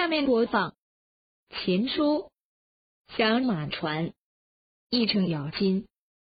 下面播放秦书响马传，一程咬金。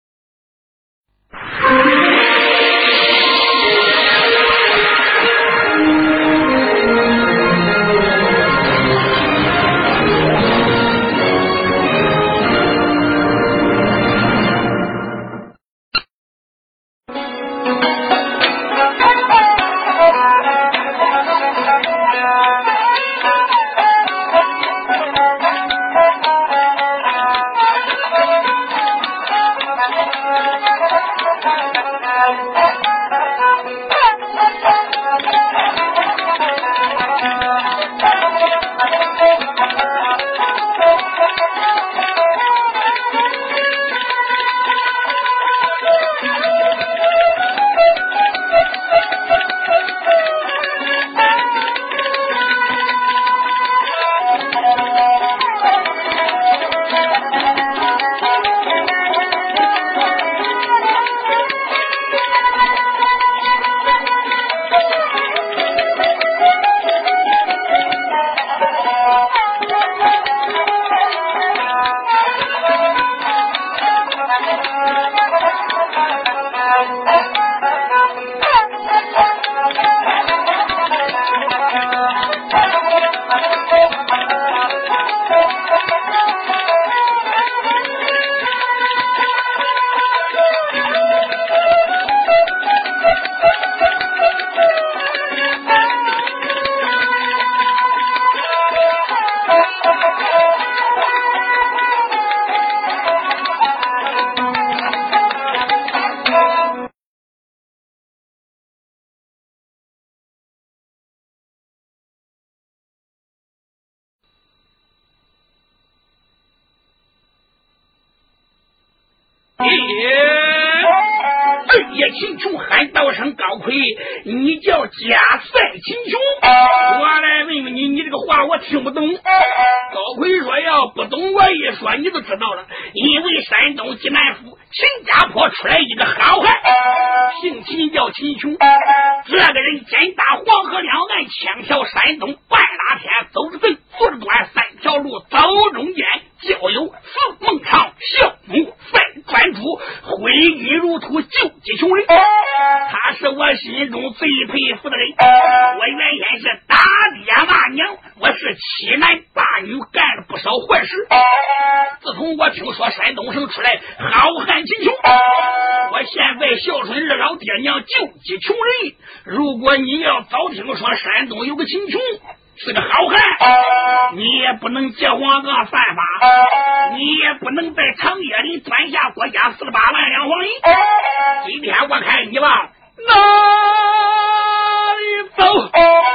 二爷秦琼喊道声高奎，你叫加赛秦琼，我来问问你，你这个话我听不懂。高奎说要不懂我一说你就知道了，因为山东济南府秦家坡出来一个好汉，姓秦叫秦琼，这个人肩打黄河两岸，枪挑山东半拉天，走着正坐着端三条路，走中间交友四孟尝小母赛专诸，挥金如土救济穷人，他是我心中最佩服的人。我原先是打爹骂娘，我是欺男霸女，干了不少坏事。自从我听说山东省出来好汉秦琼，我现在孝顺二老爹娘，救济穷人。如果你要早听说山东有个秦琼是个好汉，你也不能结黄额犯法，你也不能在长夜里端下国家48万两黄银。今天我看你吧，哪里走？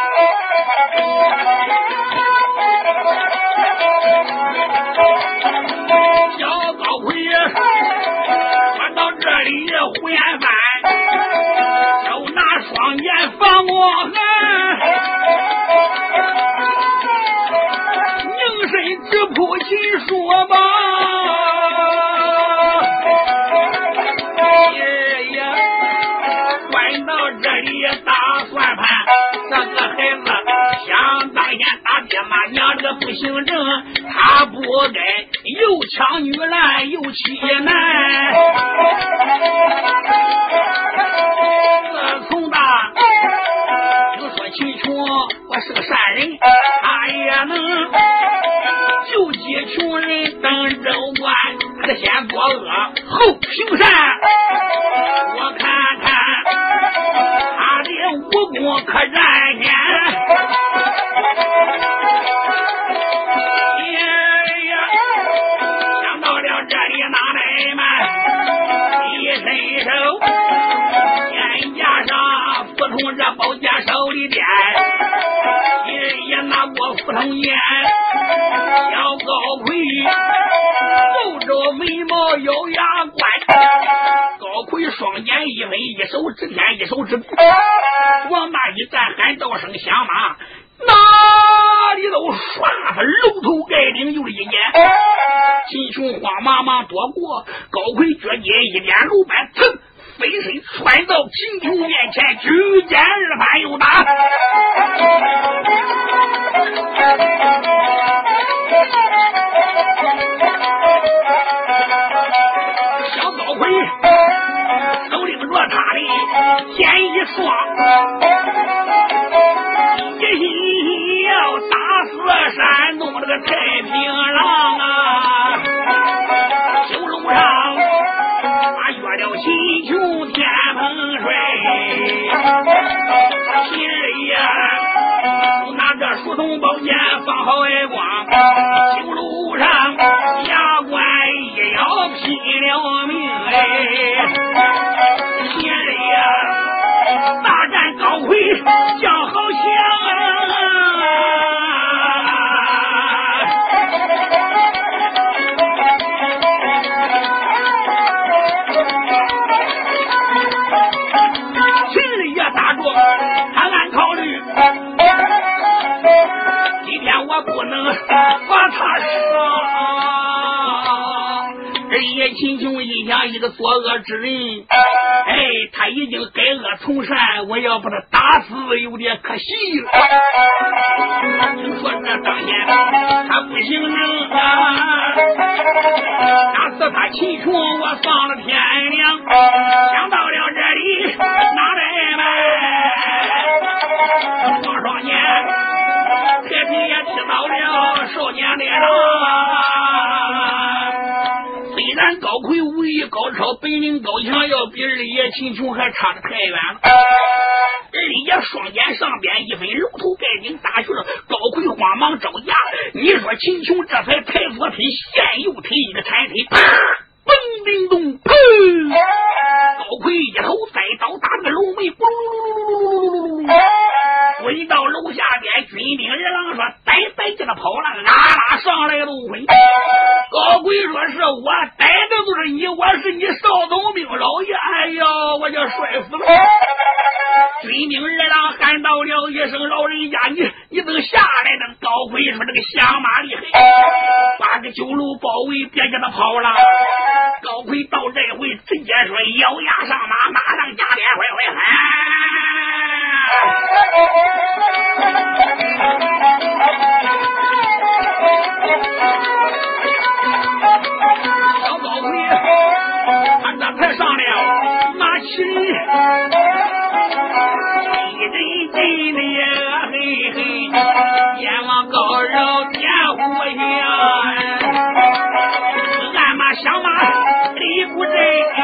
小高奎说到这里胡言饭，手拿双眼防我恨，凝神直扑秦说吧。爷爷关到这里打算盘，这个孩子想当年打爹骂娘，这个不行正，他不该又抢女来又欺男。自从他听说秦琼我是个善人，他也能救济穷人当州官，他得先作恶后行善。我看看他的武功可占先。想到了这里拿来嘛，一伸手肩胛上扶从这宝剑手里边，也拿过扶从剑，小高奎皱皱眉毛咬牙关，高奎双眼一挥，一手指天一手指地，往那一站喊道声响马，哪里都唰他露头盖顶又是一年。秦琼慌忙忙躲过，高奎脚尖一点路板，噌飞身窜到秦琼面前，举剑二番又打。 个太平郎啊，酒楼上啊约了秦琼天蓬水，秦二爷拿着书童宝剑放好爱光，酒楼上牙关也要拼了命秦二爷大战高魁将好强不能把他杀，而叶秦琼一想一个作恶之人，他已经改恶从善，我要把他打死有点可惜了。听说这当天他不行人打死他秦琼，我放了天亮，想到了这里哪来买黄双年太平也听到了少年的郎，虽然高魁武艺高超，本领高强，要比二爷秦琼还差得太远了。二爷双肩上边一分楼头盖顶打去了，高魁慌忙招架。你说秦琼这才抬左腿，现右腿一个铲腿，砰！嘣叮咚，砰！高魁一头栽倒，打个楼门，咕噜噜噜噜噜噜噜噜噜。回到楼下边，军兵二郎说逮叫他跑了，拉上来都回。高魁说是我逮的都是你，我是你少总兵老爷，哎呀我就摔死了。军兵二郎喊到了一声，老人家你等下来的。高魁说这个响马厉害，把个酒楼包围，别叫他跑了。高魁到这回直接说咬牙上马，马上加鞭快快喊。小高魁他这才上了马骑一阵阵的嘿嘿，眼望高绕天虎下，鞍马响马立鼓阵。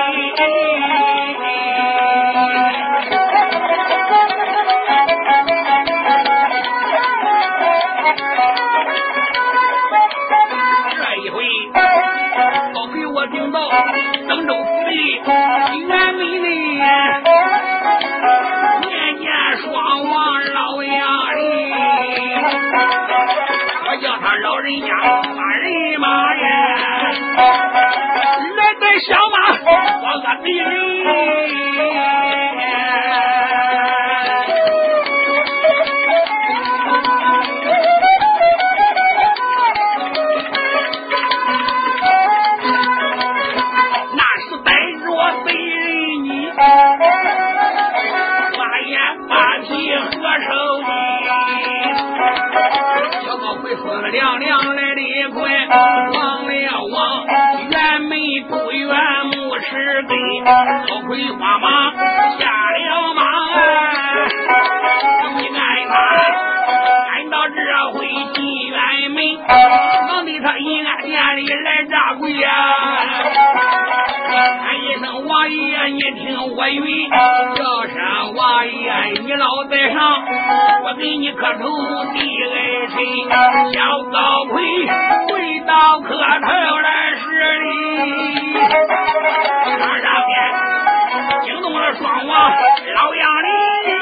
听到登州府里辕门内面见双王老衙里，我叫他老人家把人马呀来在小马我个敌人。亮亮来的一块望了望，辕门不远木石根，高魁慌忙下了马，你看他赶到这回进辕门，忙得他银安殿里来扎跪呀，喊一声王爷你听我云，叫声王爷你老在上，我给你磕头地爱臣，小高魁跪到磕头来施礼，他上面惊动了双王老衙里，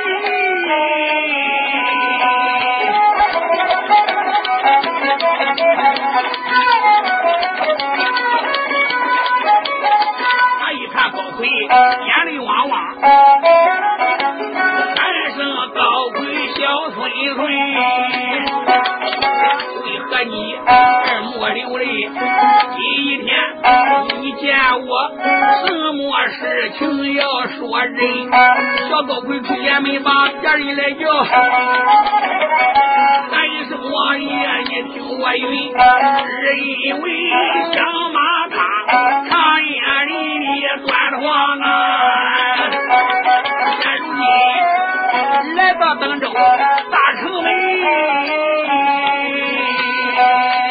他一看高魁眼泪汪汪，喊声高魁小孙孙，为何你二目流泪？今一天你见我什么事情要说人？小高魁出言没把别人来叫，喊一声王爷你听我云，是因为小马他长眼里的端庄啊，现如今来到登州大城门。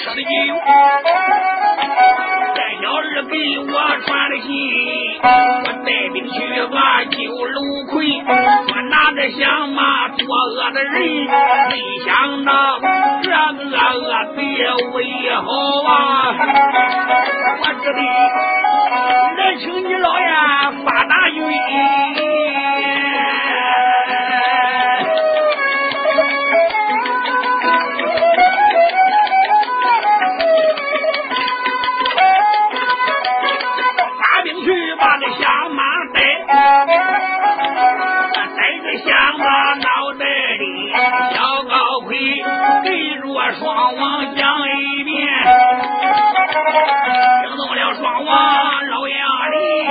的酒，这小日给我传的信，我带兵去把九路魁，我拿着响马作恶的人，没想到这个恶别为好啊！我这里来请你老爷发大运。响马脑袋里，小高魁对着双王讲一遍，听懂了双王老杨哩。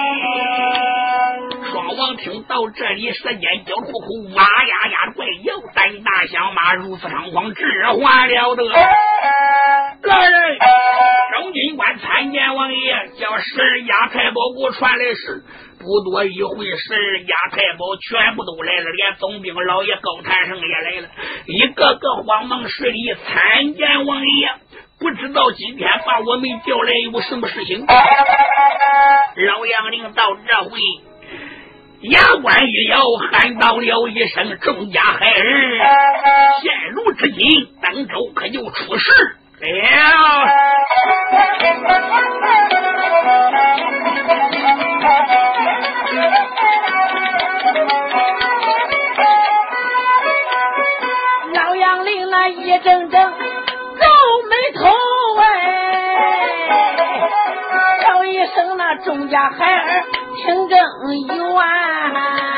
双王听到这里，舌尖叫哭哭，哇呀呀怪叫，胆大响马如此猖狂，只还了得。来人，中军官参见王爷，叫十押太保给我传来使。不多一会，十押太保全部都来了，连总兵老爷高谭生也来了，一个个慌忙施礼参见王爷。不知道今天把我们叫来有什么事情？老杨领到这回，牙关一咬，喊道了一声：“众家孩儿，现如之今，登州可就出事了。” 老杨领了一阵阵皱眉头，叫一声那众家孩儿听真冤，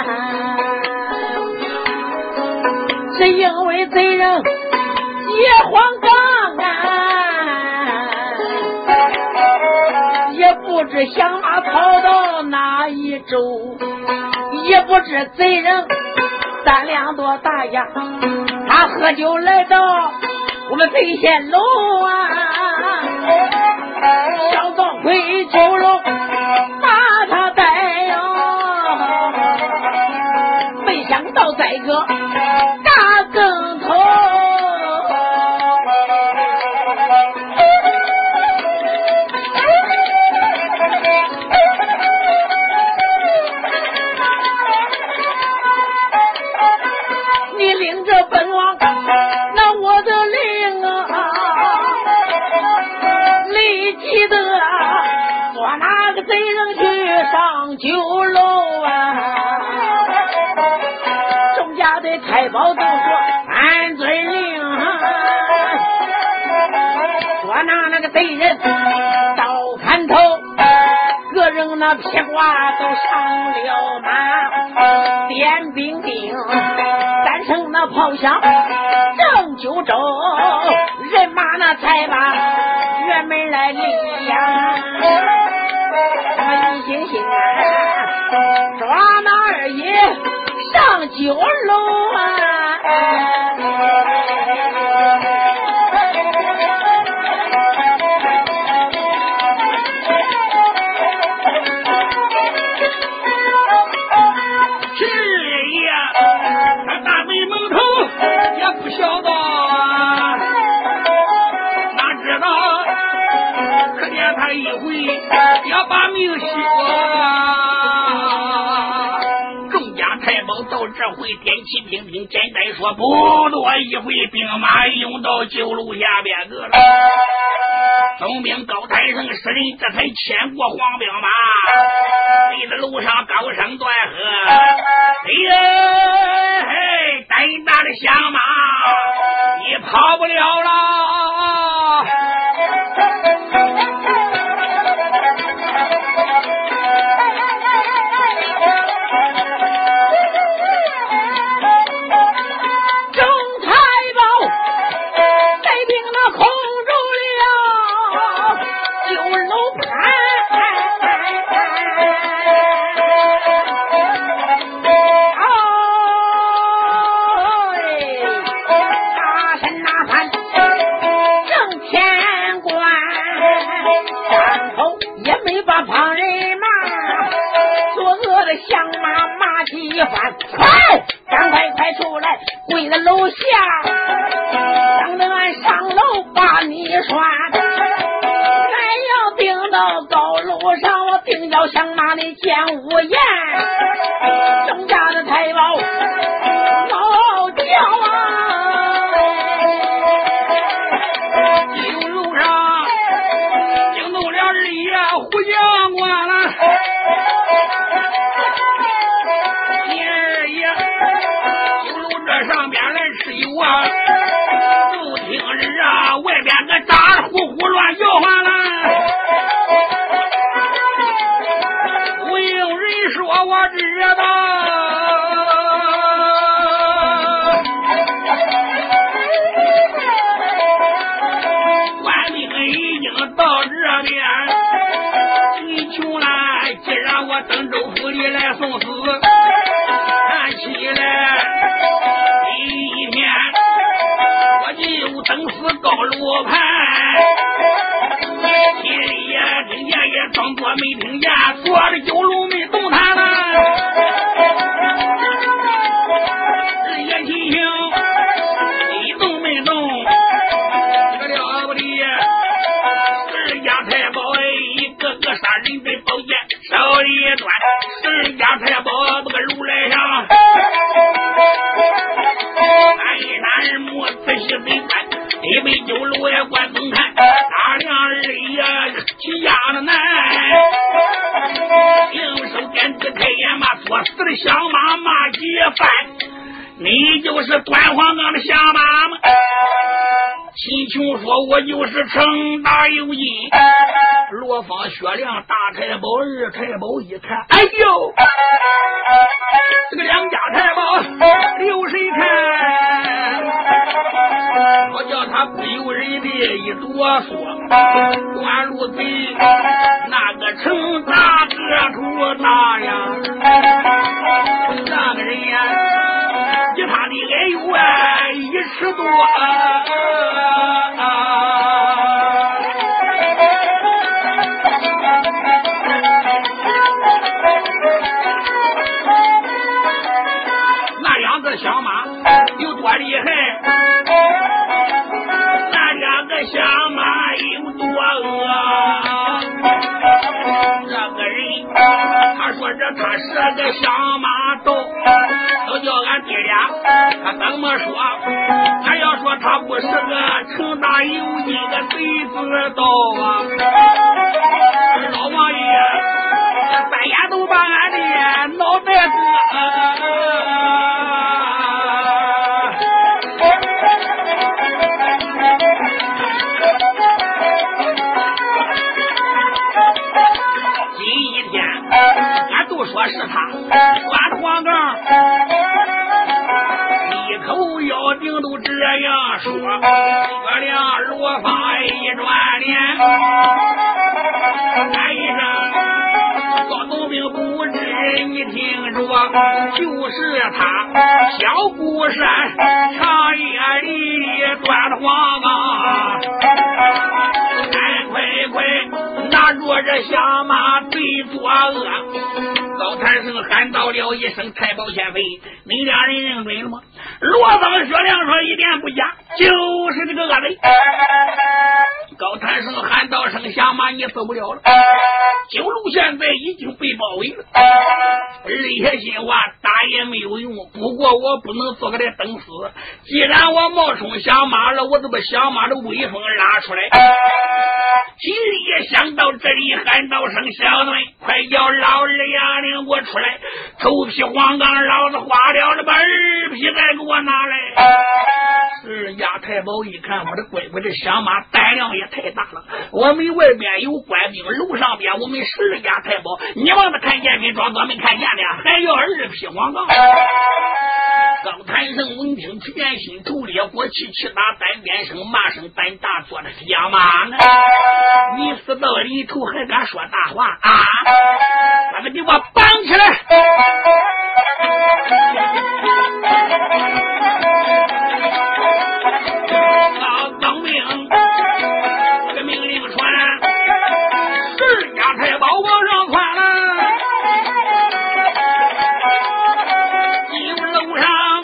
是因为贼人结黄冈也不知响马逃到哪一州，也不知贼人3两多大呀，他喝酒来到我们飞仙楼啊，小高魁九龙把他带哟，没想到在个大跟头，你领着本王那我的令啊，立即的我那个贼人去上酒楼啊，众家的太保都说俺遵令，我拿那个贼人刀砍头，个人那披挂都上了马，点兵丁三声那炮响正九州，人马那才把辕门来立呀，他一心心抓那二爷上酒楼啊， 晓得哪知道可见他一回要把命休众家太保到这回点起兵丁，简单说不多一回，兵马涌到酒楼下边个了。总兵高谭生使人这才牵过黄兵马，对着楼上高声断喝：“哎呀，嘿，胆大的响马，你跑不了了！”赶赶快出来，跪在楼下，等着俺上楼把你拴。俺要顶到高楼上，我定要想骂你见无言。郑家的太保嗷叫啊！一路上惊动了二爷胡将官了。上边来吃油啊，就听着啊，外边个打呼呼乱叫唤了。不用人说，我知道，官兵已经到这边，你穷了，既然我登州府里来送死，看起来。一天我就等死高楼盘，心里也听见，也装作没听见，坐着酒楼没动弹了。日夜提醒，一动没动，这个了不得！十家太保一个个杀人的宝剑手里端，十家太保这个如来上。俺莫仔细得看，一杯酒楼也观风看，大梁二爷起压了难，用手点指开眼骂作死的响马骂几番，你就是端黄冈的响马吗？秦琼说我就是程大有金。罗芳薛亮大太保二太保一看，哎呦，这个两家太保留谁看？我叫他不由人的一哆嗦，端路贼那个程大个头大呀，那个人呀比他的矮有1尺多那两个小马有多厉害，那两个小马有多恶，这个人他说他是个小马斗，都叫俺爹俩，他怎么说？他要说他不是个程大有金的贼子斗啊！老王爷半夜都把俺的脑袋今一天俺都说是他抓黄冈，一口咬定都这样说。月亮罗发一转脸，喊一声高东兵不知你听着，就是他小孤山长夜里端黄冈，快拿着这响马贼作恶。高谭生喊到了一声太保前辈，你俩人认准了吗？罗芳薛亮说一点不假，就是这个恶贼。高谭生喊道声响马你走不了了，九路现在已经被包围了，这些心话打也没有用，不过我不能坐在这等死，既然我冒充响马了，我就把响马的威风拉出来。心里也想到这里，喊道声小队，快叫老二衙领我出来，头皮黄冈老子花了了，把二皮再给我拿来。是亚太保一看我的乖乖，这响马胆量也太大了，我们外边有官兵，楼上边我们是亚太保，你望着看见没？装作没看见的，还要二皮黄冈。高谭生闻听全心头裂，火气气打单边声骂声胆大，做的响马呢，你死到里头还敢说大话啊？把他给我绑起来！老当兵这个命令传，是亚太保往上传了，进楼上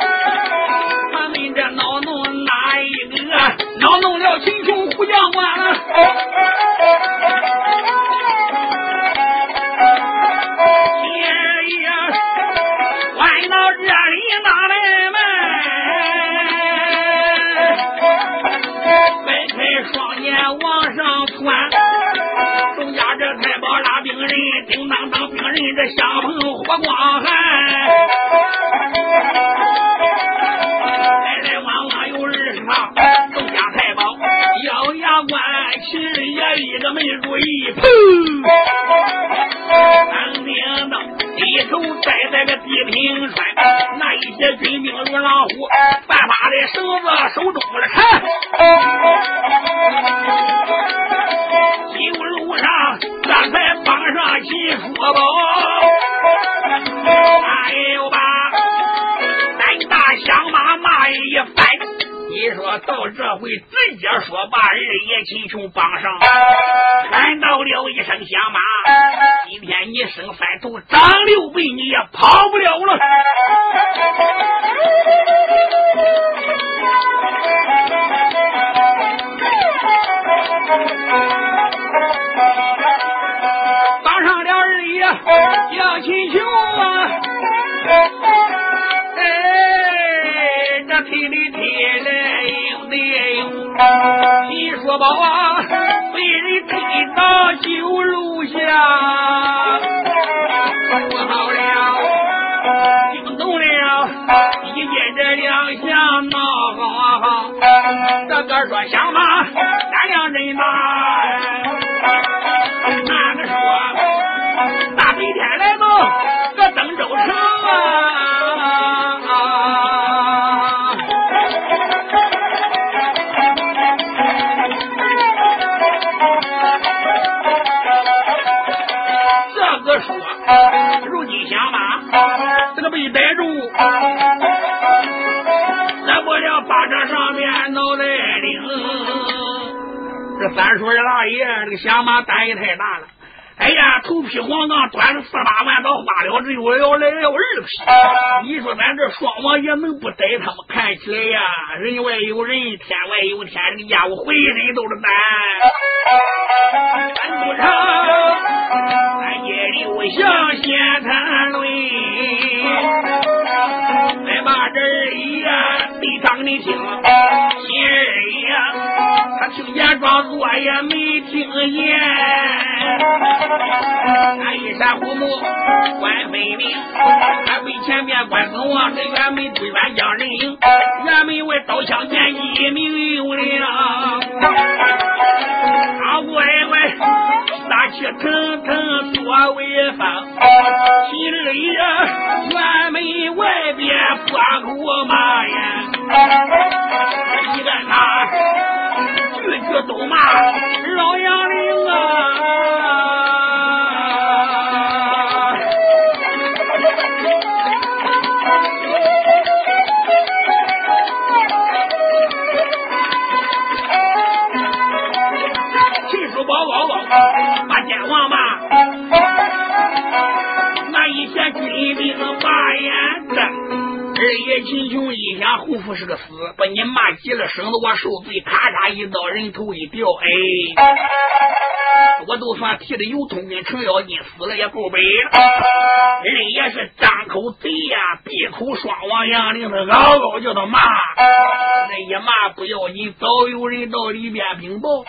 这相逢火光寒，来来往往有人上，都家太保咬牙关，秦爷一个没注意，砰！当叮当，低头栽在个地平川，那一些军兵如老虎，犯法的绳子手中了缠。酒路上这才绑上齐说宝，哎呦吧，咱大响马骂一番。你说到这回直接说把日夜秦琼绑上，喊到了一声响马，今天你生三头长6倍，你也跑不了了。绑上了日夜叫秦琼啊，哎，这踢里踢来有的有，秦说宝啊，被人推到酒楼下，说好了，惊动了一见这两相闹好，这个说响马咱两人马，那个说大白天来到这登州城啊，这个说如今响马这个被逮住，来不了巴掌上面脑袋领，这三叔老爷这个响马胆也太大了，哎呀，头披黄杠，端着4-8万刀花了，只有要来要2匹。你说咱这双王爷能不逮他们？看起来呀，人外有人，天外有天，这个家伙浑身都是胆。咱不成，咱也留下先谈论，再把这儿呀对唱你听，心儿呀，他听见装作也没听见。那一山虎目关分明，他为前面关公王这辕门追完将人迎，辕门外刀枪剑戟明有亮，他乖乖杀气腾腾多威风，心里呀辕门外边破口骂呀，一个他句句都骂老杨凌啊。把剑王吧，那一些军兵把眼睁，日夜秦琼一想胡夫是个死，把你骂急了，省得我受罪，咔嚓一刀，人头一掉，哎，我都算替的有通跟程咬金死了也够悲了。人也是张口贼呀，闭口双王杨凌的嗷嗷叫他骂，那一骂不要紧，早有人到里边禀报。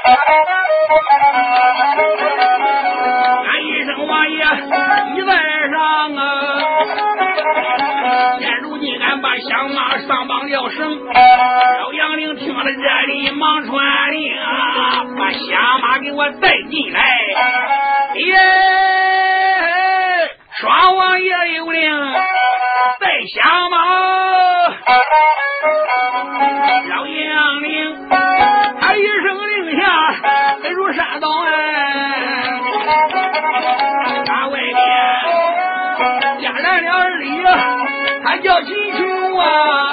俺一声王爷你在上啊，现如今俺把响马上绑了绳，老杨凌听了这里忙传令啊，把响马给我带进来。耶，双王爷有令带响马，老杨凌他一声令下飞入山洞，他外边加来了儿里，他叫秦琼啊。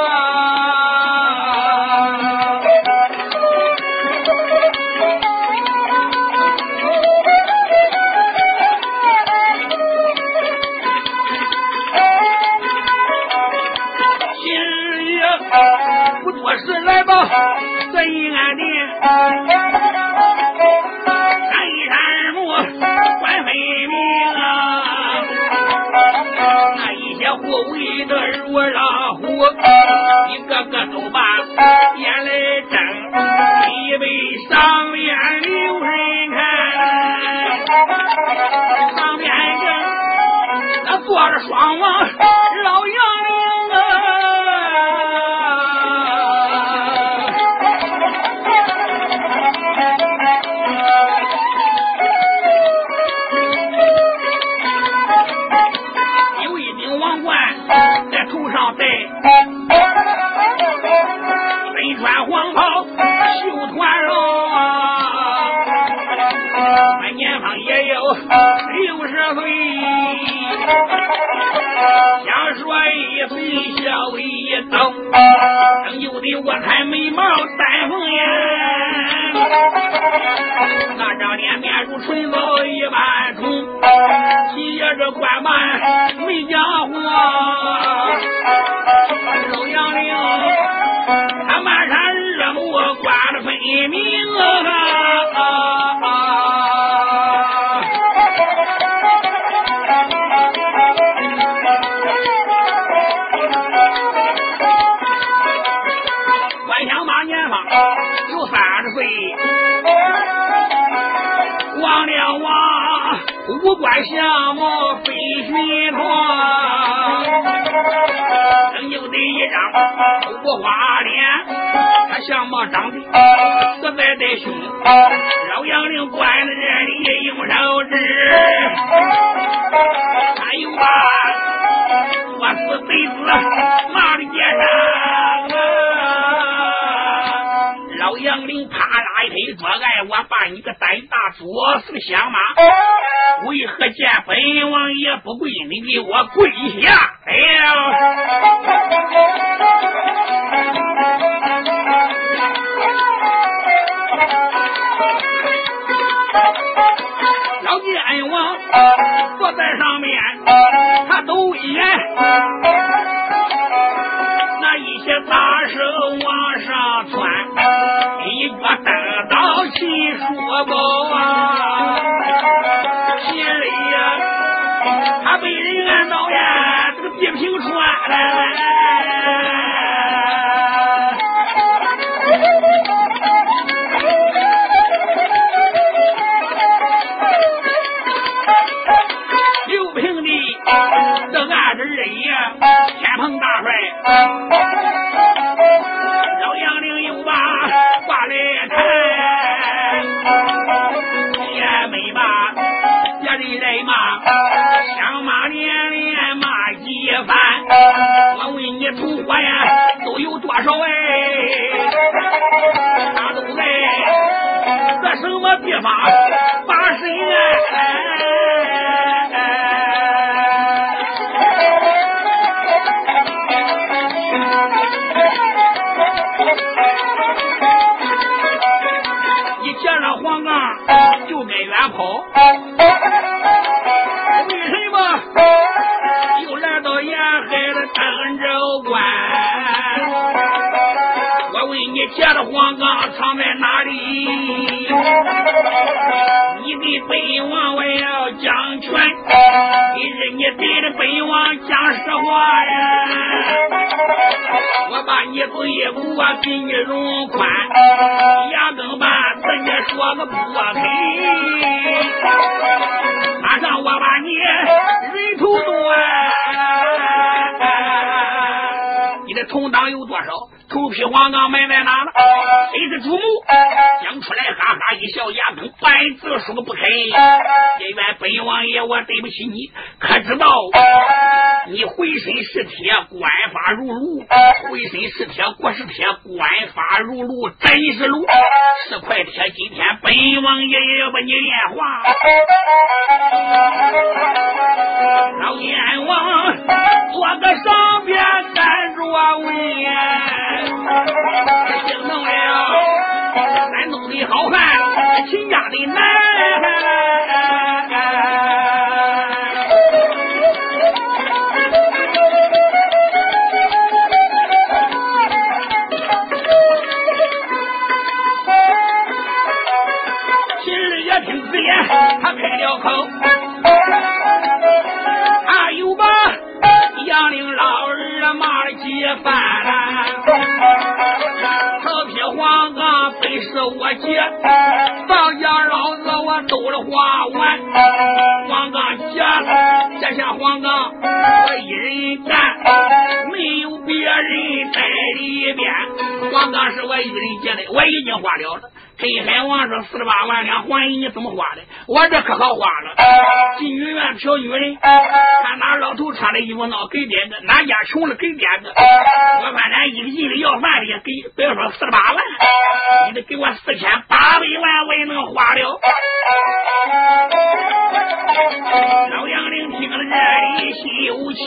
不多时来吧，这一安殿，山一山木关分明啊，那一些护卫的如老虎，一个个都把眼泪睁，一杯上面留人看，上面这到了双王老杨陵有一顶王冠在头上戴，身穿黄袍绣团肉，年方也有60岁，想说一岁笑为一刀，正有的我看眉毛三凤眼，那张脸面如春枣一般红，提着冠板没讲话，老杨陵他满山热目刮得分明万想马年方有30岁，王良王五官相貌非寻常，正有的一张五花脸，他相貌长得实在的凶，老杨陵关在这里用手指，还有吧我是贼子骂的街上老杨陵啪啦一推桌盖，我把你个胆大作死的响马，为何见本王爷不跪，你给我跪下！哎呀！老阎王坐在上面，他都演那一些大手往上窜，一个得到秦说宝啊，心里呀他被人按到呀这个地平川六平的这按着人呀天蓬大帅，老杨陵又把话来谈，也没骂别人来骂，想骂连连骂一番，我问你土火呀都有多少他都在这什么地方发生一接上黄杠就该远跑，为什么又来到沿海的登州关？我问你接的黄杠藏在哪里？你给本王我要讲全，今日你对着本王讲实话呀，我把你嘴骨啊给你容宽，牙根把自己说个不开，马上我把你人头断。你的铜当有多少？头皮黄杠埋在哪了？谁是主目？讲出来哈哈一笑，牙根白字说个不开。因为本王爷我对不起你，可知道你浑身是铁，官法如炉，浑身是铁，国是铁，官法如炉，真是炉，10块铁，今天本王爷也要把你炼化。老阎王做个上边站着问，惊动了山东的好汉，秦家的男。秦日也听此言，他开了口，还有吧杨陵老儿骂了几番了，头皮黄杠本是我姐，当家老子我兜了花碗，黄杠结了，这下黄杠一人干，没有别人在里边。我当时我一个人接的，我已经花了了。陈海王说48万两还你，怎么花的？我这可好花了。进女院嫖女人，看哪老头穿的衣服孬给点个，哪家穷了给点个。我反正一个劲的要饭的也给，别说48万，你得给我4800万，我也能花了。老杨凌听了这里心有气，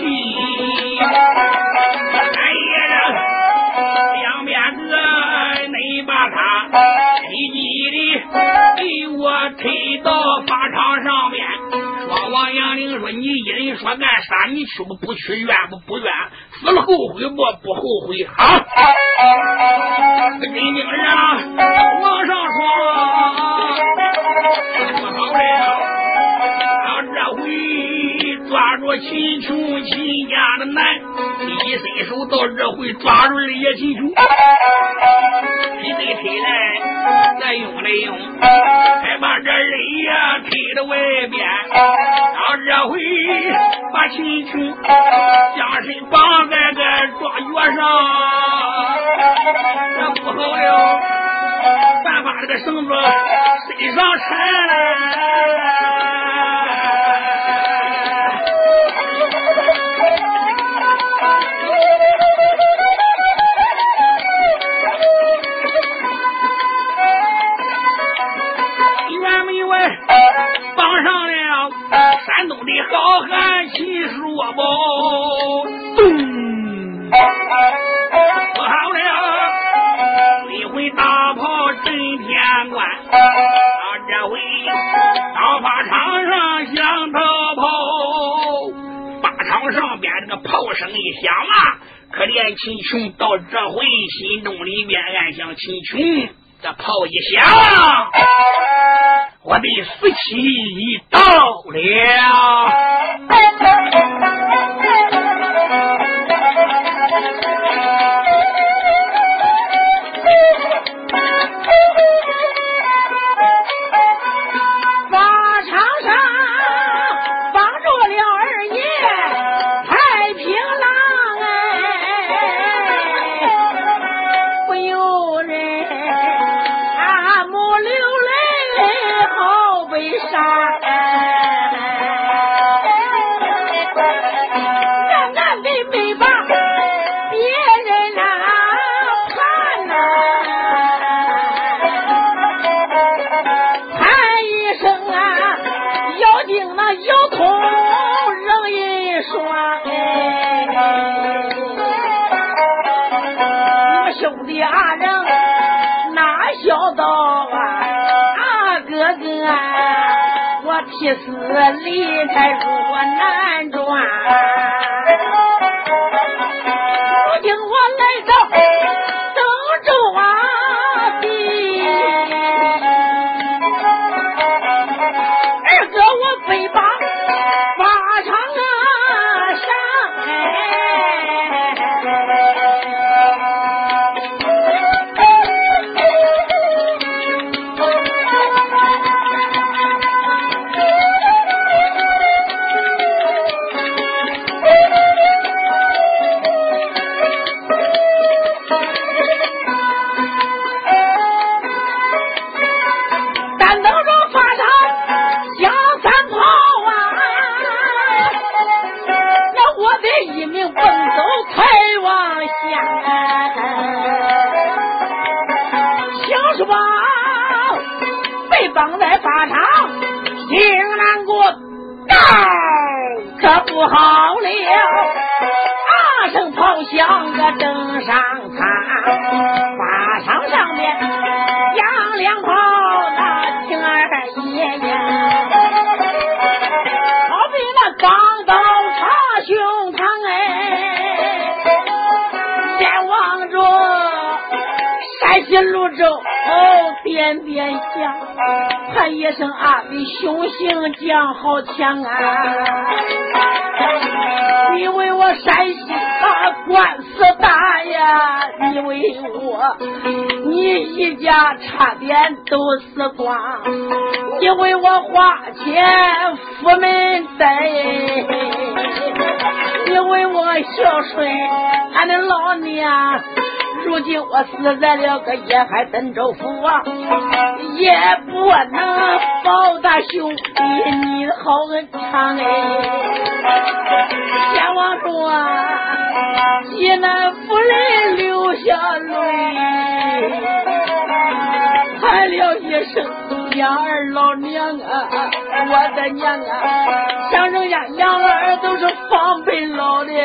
哎呀，两边个你把他积极的给我推到法场上面。说王杨凌说，你一人说干啥？你去不去，愿不愿？死了后悔不后悔？好，跟你们让往上说，不好了。这回抓住秦琼秦家的男，一伸手到这回抓住了叶秦琼，推来推来，再用来用，还把这人呀推到外边。到这回把秦琼将身绑在个抓脚上，那不好了，反把这个绳子身上缠了。绑上了山东的好汉秦叔宝，咚！不好了，一回大炮震天关，这回到法场上想逃跑，法场上边这个炮声一响啊，可怜秦琼到这回心中里边暗想：秦琼这炮一响，我的死期到了。 法场上绑住了二爷太平郎，不由人阿母流泪好悲伤。俺的没把别人看喊一声妖精腰痛扔一双。你们兄弟二人哪晓得哥哥我替死离开入南庄，如今我来到郑州地，二哥我被绑法场上，但等着法场响三炮那我得一命奔走才往下。听说被绑在法场挺难过，可不好了，声炮响个正上苍，法场上面响两炮那听二爷呀，好比那钢刀插胸膛眼望着山西泸州点点响，喊一声你凶性将好强你为我山西官司大呀，你为我你一家差点都死光，你为我花钱府门贷，你以为我孝顺俺的老娘，如今我死在了个野海登州府啊，也不能报答兄弟你的好恩长哎。阎王说济南夫人流下泪，喊了一声娘儿老娘啊，我的娘啊，像人家娘儿都是方辈老的，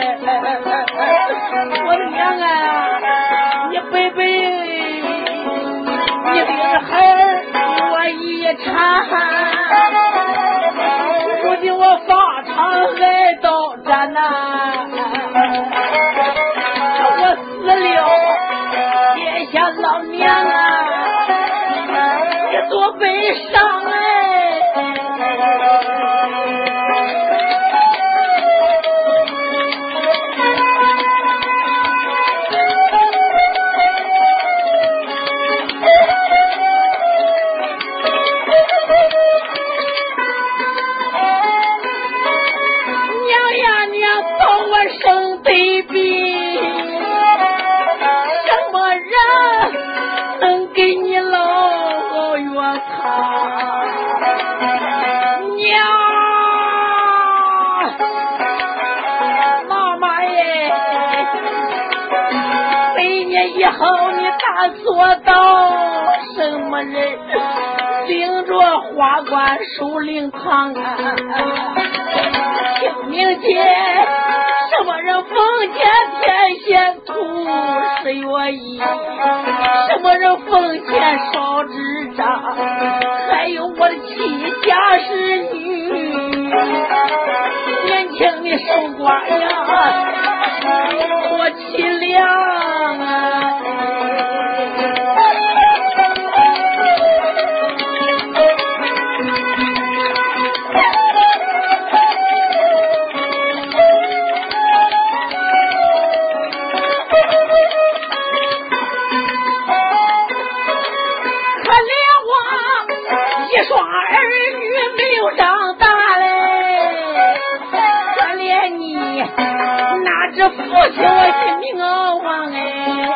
我的娘啊，你背背你领着孩儿我一缠，如今我法场来到站呐，我死了天下老娘啊，你多悲伤生对比，什么人能给你老远看？娘，妈妈耶，100年以后你打做到什么人？领着花冠守灵堂啊，清明节什么人奉献天仙图10月1，什么人奉献烧纸张，还有我的妻家是女，年轻的守寡呀，多凄凉啊！一双儿女没有长大嘞，可怜你哪知父亲我是命亡哎，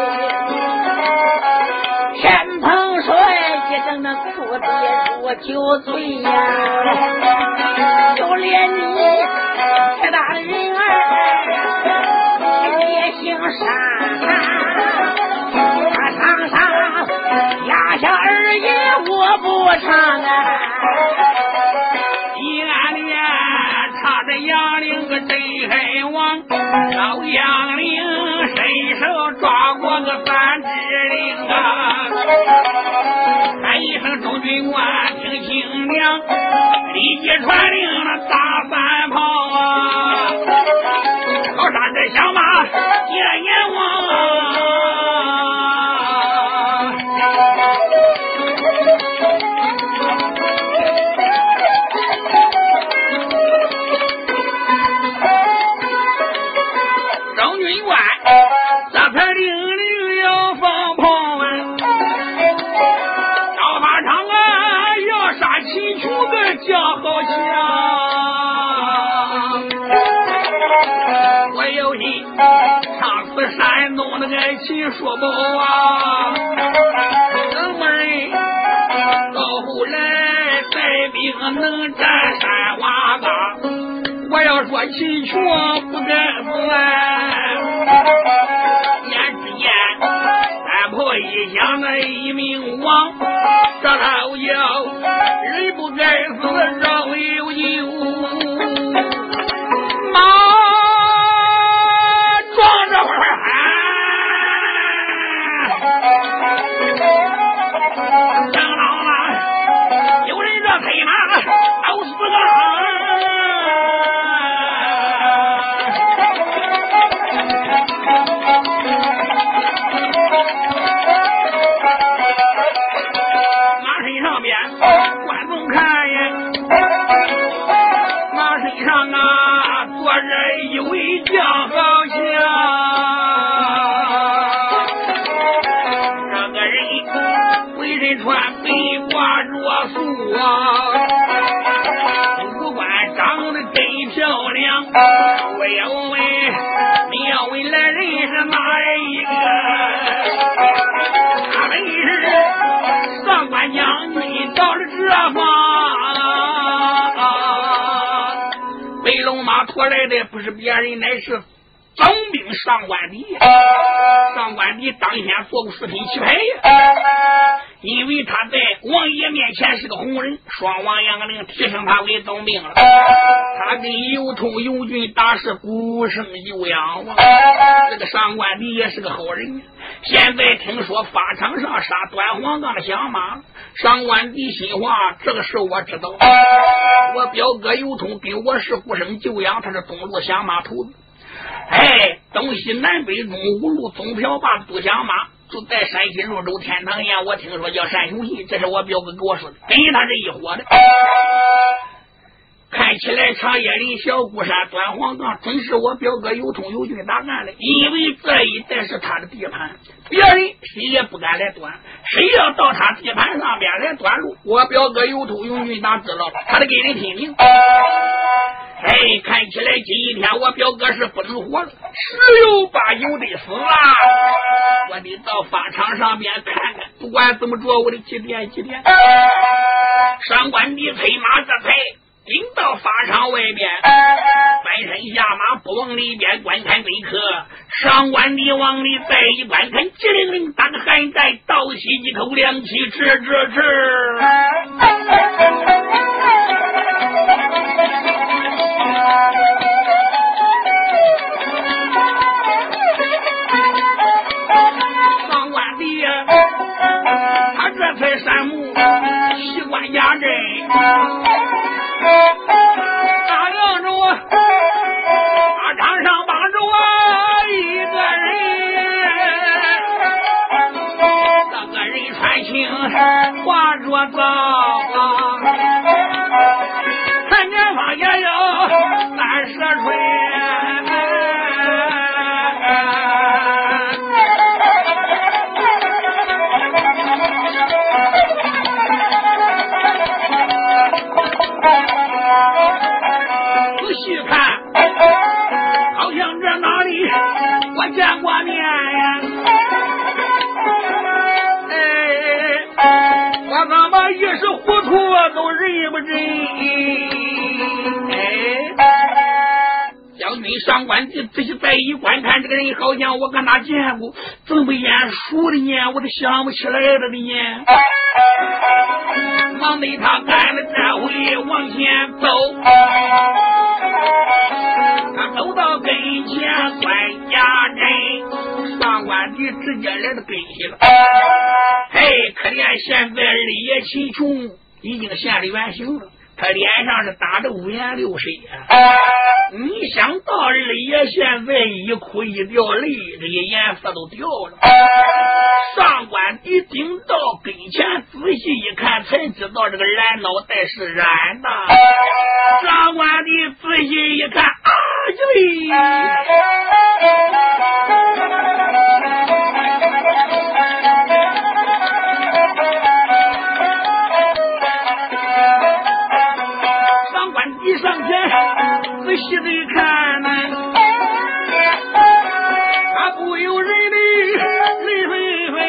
天蓬帅一整那哭爹入酒醉呀，就连你太大的人儿也姓山，他场上压下儿也我不唱啊， 一安年唱着杨凌个真黑王，老杨凌伸手抓过个3只灵啊，喊一声周军官听清凉，立即传令了打3炮啊，高山这响马见阎王。叫好响，我有心唱死山东那个秦叔宝啊，什么人到后来带兵能占山瓦岗，我要说秦琼不敢死眼之间3炮一响的一名王，这老妖人不该死饶有救，马撞着会儿喊长老了，有人这黑马都死个马身上边观众看呀，马身上啊坐着一位将好像，这个人浑身穿白挂着素啊，五官长得真漂亮我要问你要问来人是哪一个？他们是上官将军到了这方，飞龙马驮来的不是别人，乃是总兵上官迪。上官迪当天做过四品旗牌呀，因为他在王爷面前是个红人，双王杨凌提升他为总兵了。他跟尤通尤俊打是孤生有养啊，这个上官迪也是个好人。现在听说法场上杀端黄冈的响马，上官迪心话，这个事我知道。我表哥尤通跟我是孤生就养，他是东路响马头子。哎，东西南北中五路总票把都响马，就在山西潞州天堂县，我听说叫单雄信，这是我表哥给我说的，跟他是一伙的。看起来长叶林小孤山端黄冈准是我表哥尤通尤俊打干的，因为这一带是他的地盘，别人谁也不敢来端，谁要到他地盘上边来端路，我表哥尤通尤俊打知道了，他得给人拼命。哎，看起来今一天我表哥是不能活了，十有八九得死了。我得到法场上边看看，不管怎么着，我得几点。上官迪催马这才领到法场外边，翻身下马，不往里边观看贵客。上官迪往里再一观看，机灵灵打个寒盖，倒吸几口凉气，吃。上官迪呀，他这才山木习惯家阵。大洋中法场上绑着我一个人，这个人穿青化着皂，看年方也有30岁。细看好像这哪里我见过面呀，我怎么一时糊涂都认不真。将军上官迪仔细再一观看，这个人好像我跟他见过，怎么眼熟的呢？我都想不起来了的呢。忙得他赶了这回往前走，他走到跟前关家阵，上官迪直接来到跟前了。嘿，可怜现在日夜勤穷，已经现了原形了，他脸上是打着五颜六色你想到日夜现在一哭一掉泪，这些颜色都掉了。上官迪顶到跟前仔细一看，才知道这个蓝脑袋是染的。上官迪仔细一看，上官迪上前仔细的一看呢，他不由人的泪纷纷。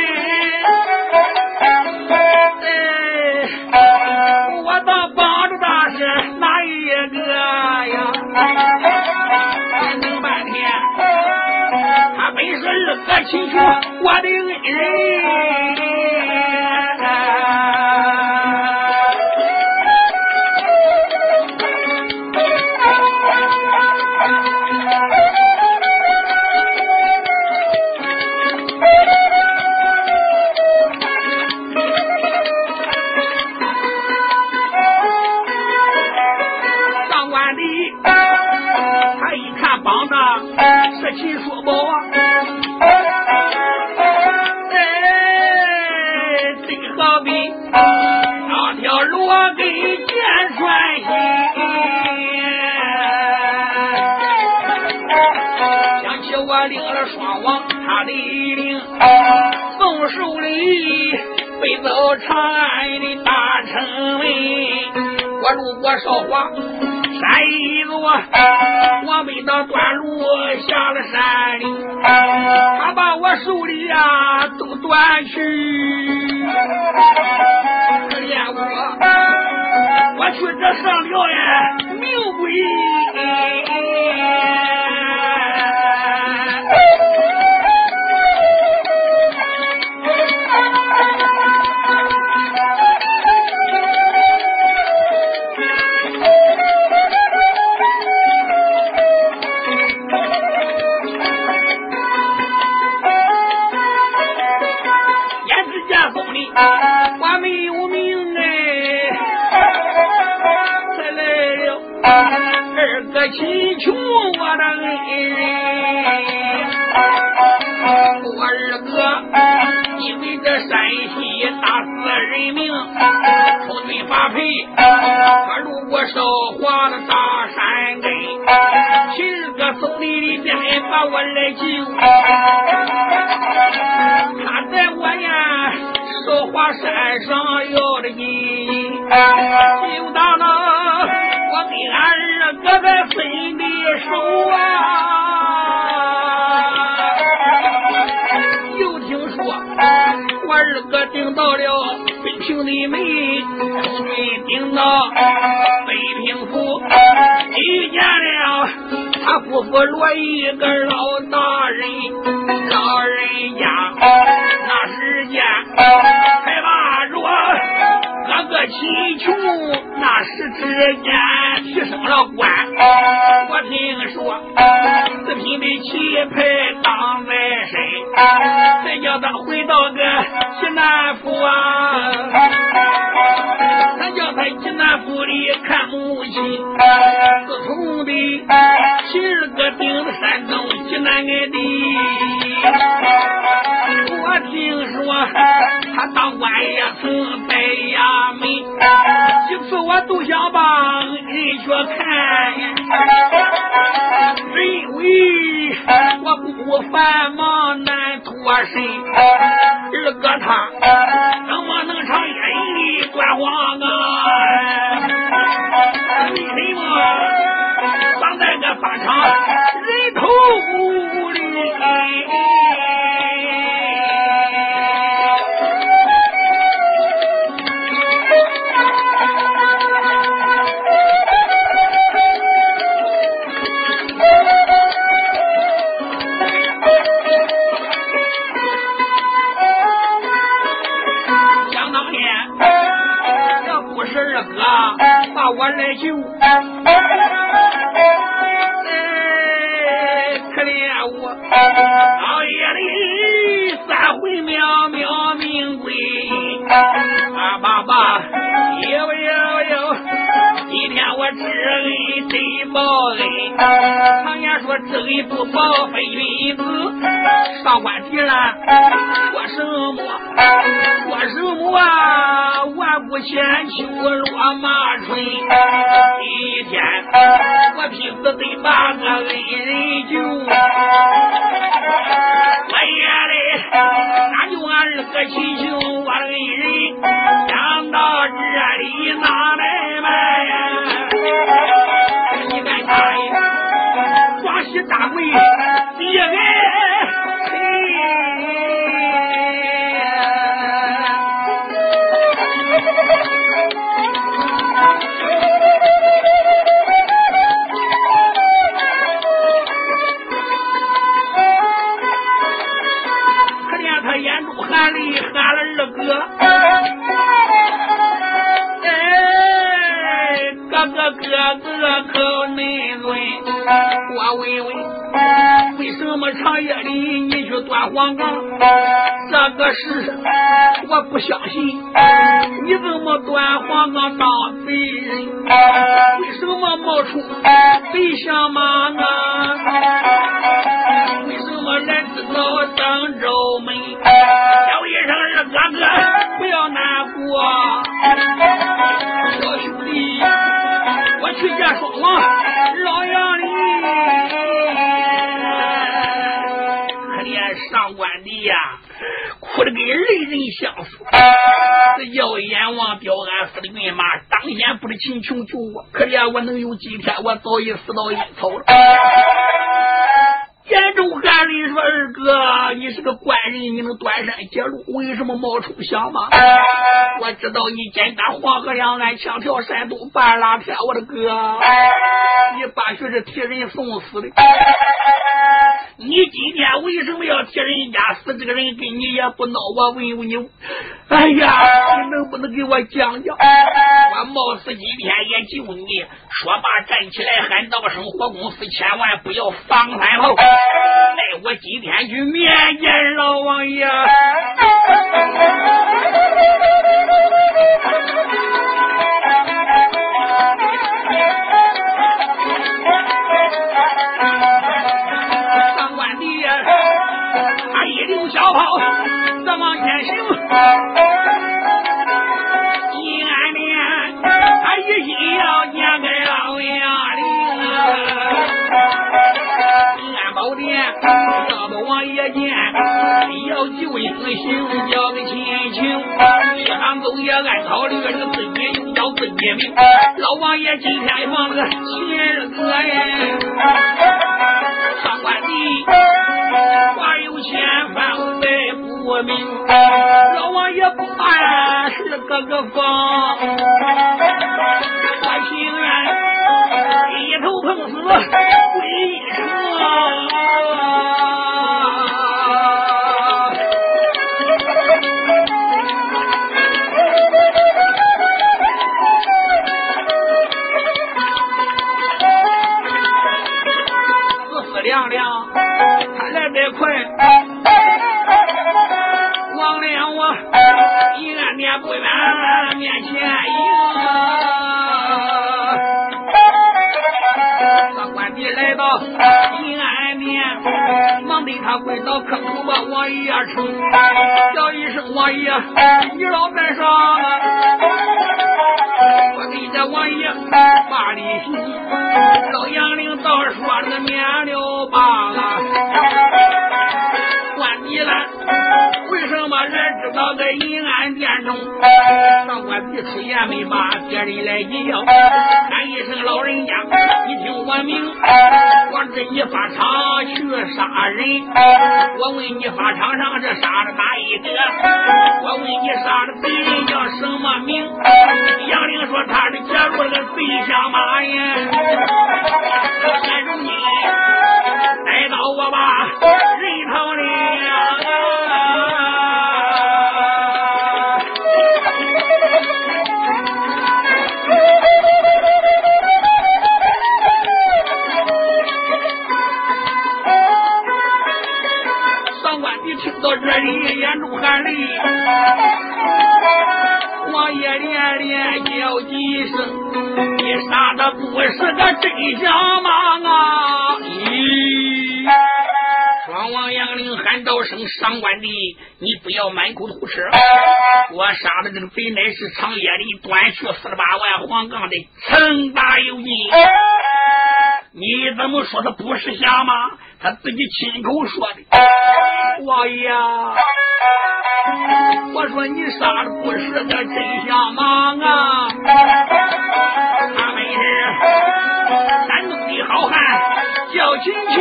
我倒帮着他是哪一个呀？弄半天，他本是日子亲穷我的恩人。这秦说宝啊，真好比那条罗根箭穿心。想起我领了双王他的领，送手里飞走长安的大城门，我路过韶华山一子我背到断路下了山里，他把我手里呀都断去，可怜我去这上了呀命归我没有命才来了二个亲穷我的恩人，我二哥因为这山西打死人命，抽罪发配，他路过烧化的大山根，亲二哥送礼的边把我来救，他在我呀烧化山上要的银，就到了我给俺二哥在分的手啊，又听说我二哥顶到了北平的门，空军顶到北平府，遇见了他夫妇罗一个老大人，老人家那时间还把着哥哥齐穷，那时之间提升了官，我听说四品的旗牌当在身，再叫他回到个济南府啊，他叫他济南府里看母亲，自从的齐二哥顶的山东济南的，我听说他当官也曾在衙门，几次我都想帮人学看，因为我不繁忙难脱身，二哥他怎么能长夜里端黄啊？为什么放在个法场人头不理？把我来救，可怜我熬夜里三回渺渺命归，爸有，今天我知恩得报恩，常言说知恩不报非君子，上官提了说什么啊，万不千秋落马春，一天我拼死得把个恩人救，我夜里那就俺二哥祈求我的恩人，想到这里哪来买呀？你看他双膝大跪也可怜他眼中含泪喊了二哥，哥可恁尊，我为什么长夜里你去端黄冈？这个事我不相信，你怎么端黄冈当贼人？为什么冒出贼相马啊？为什么来知道登州门？叫一声二哥哥不要难过，小兄弟我去见双王老杨哩，可怜上官的呀， 哭得跟雷人相似。这耀眼望雕俺死的孕妈，当年不是秦琼救我，可怜我能有今天，我早已死到阴曹了。眼中含泪说：“二哥，你是个官人，你能断山截路，为什么冒充响马？我知道你肩担黄河两岸，枪挑山东半拉天，我的哥，你把学是替人送死的。你今天为什么要替人家死？这个人跟你也不孬，我问问你，哎呀，你能不能给我讲讲？我冒死今天也救你。”说罢站起来喊道声：“火公司千万不要放三炮，待我今天去面见老王爷。”上官帝呀，他一溜小跑再往前行，一安面他一心要见给老爷的安保殿，要不王爷见，要救英雄交给亲情，一行走也按考虑这个自己又要自己命，老王爷今天放了个亲哥呀，上官帝话有千番再不明，老王爷不按是个方，我情愿一头碰死归一城。亮亮他来得快，王亮我一按面不远面前迎，上官帝来到一按面，忙对他跪倒磕头把王爷称，叫一声王爷，你老在上，我给这王爷把礼行。老杨领导说这个免了吧，关帝了，为什么人知道在阴暗殿中？上官帝出言没把别人来引诱，喊一声老人家，你听我明，我这一法场去杀人，我问你法场上这杀了哪一个？我问你杀的贼人叫什么名？杨凌说他是加入了个贼相马呀，现如今带到我吧人头里上官帝听到这里眼中含泪，王爷连连叫几声，你杀的不是个真相吗？咦！双王杨凌喊道声：“上官帝，你不要满口胡扯！我杀的这个贼乃是长夜里端去48万黄杠的陈大有金。你怎么说他不是瞎吗？他自己亲口说的。王爷，我说你杀的不是个真相吗？他们是山东的好汉，叫亲亲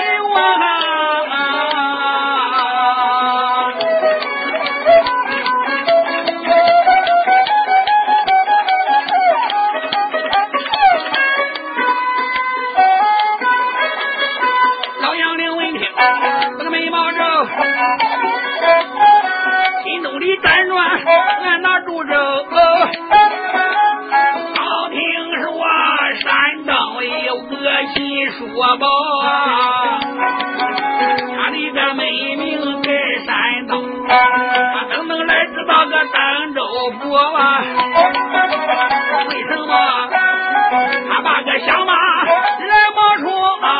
老杨凌闻听，这个眉毛皱，心中里辗转，俺拿住手。好听说山东有个秦说宝，他的个美名在山东，他等等来知道个儋州府啊。为什么他把个小马来冒出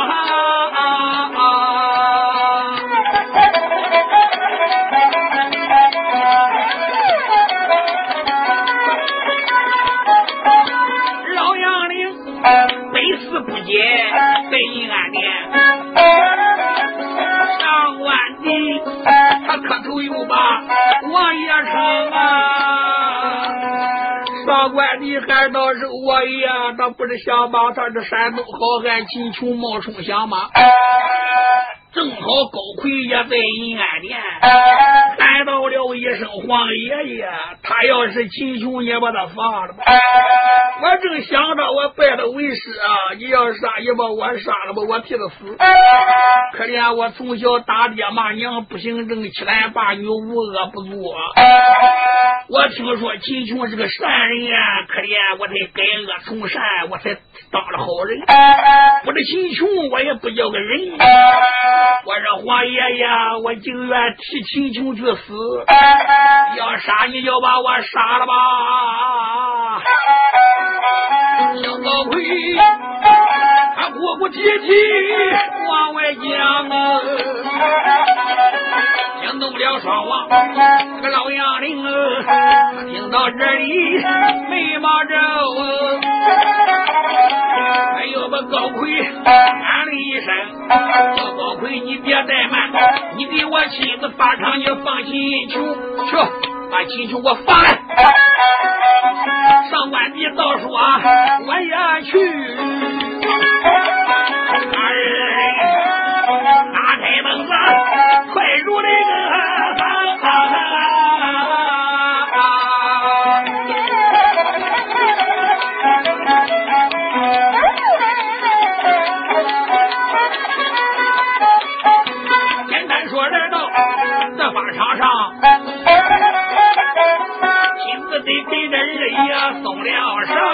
老杨凌百思不解，在阴暗殿上官帝他磕头又把王爷成啊！上官的还倒是我呀，他不是想把他的山东好汉秦琼冒充响马。正好高奎也在银安殿喊到了一声皇爷爷，他要是秦琼也把他放了吧。我正想着我拜他为师啊，你要杀也把我杀了吧，我替他死。可怜我从小打爹骂娘不行正，欺男霸女无恶不作。我听说秦琼是个善人呀，可怜我才改恶从善，我才当了好人。不是秦琼我也不叫个人。我说皇爷呀，我情愿替秦琼去死，要杀你就把我杀了吧。小高奎他哭哭啼啼往外讲啊，惊动了双王这个老杨林啊，听到这里没马着还有把高奎喊了一声，小高奎你别怠慢，你给我妻子发场，你放秦琼去，把秦琼给我放来。上官的倒说我也去，打开门子快入那个简单说来到这法场上，亲自得给这日也送了上。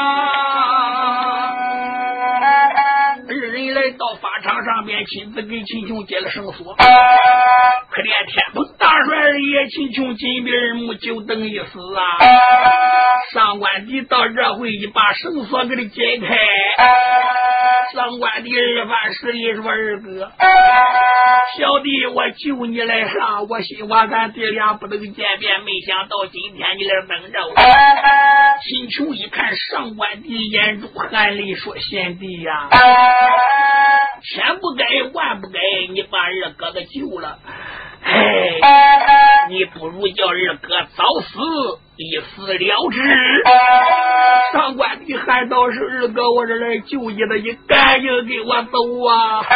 日人来到法场上面，亲自给秦琼解了绳索。可怜天蓬大帅日也，秦琼紧闭耳目，就等一死啊！上官的到这回一把绳索给他解开。上官的二番实力说二哥，小弟我救你来上，我心话咱弟俩不能见面，没想到今天你来等着我。秦琼一看上官的眼中含泪说，贤弟呀，千不该万不该，你把二哥给救了，你不如叫二哥早死，一死了之。上官的喊道是二哥，我这来救你的，你赶紧给我走啊！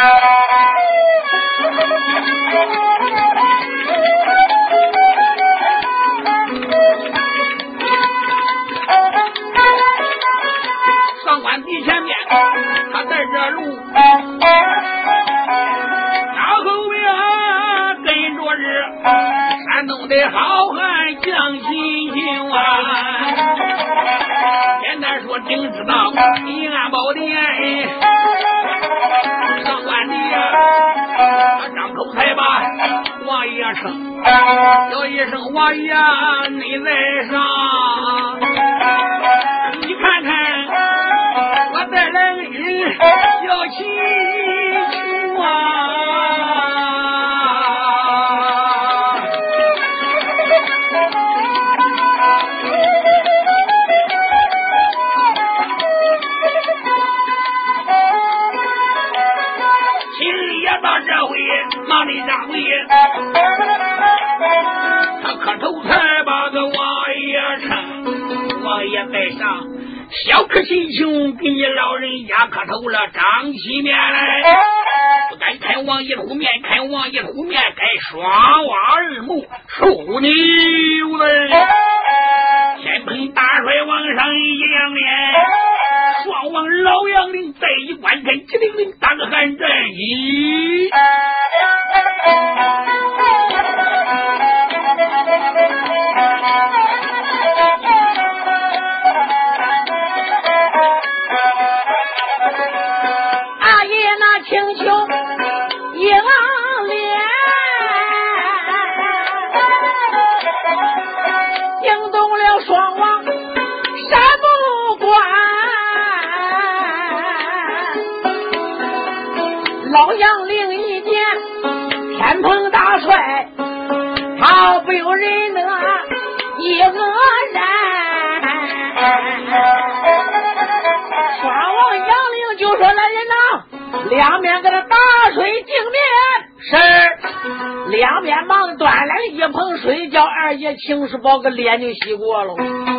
上官的前面他带着路，然后呀跟着是山东的好汉将秦琼啊。简单说听知道平安宝殿上官的呀，他张口才把王爷称，叫一声王爷你在上，你看看我带来个人叫秦琼啊。马里大卫他磕头才把个王爷称，王爷在上，小可秦琼给你老人家磕头了，长起面来，不敢看王爷虎面，看王爷虎面该双挖二目受牛了。天蓬大帅往上一扬脸，双王老杨林在一观看，机灵灵打个寒战衣。 阿爷那青丘一昂脸，惊动了双王山木关。老杨凌一见天蓬大帅，他不由人的一愕然。双王杨凌就说来人呐，两面给他打水镜面。是两边忙端来了一盆水，叫二爷秦世宝个脸就洗过了。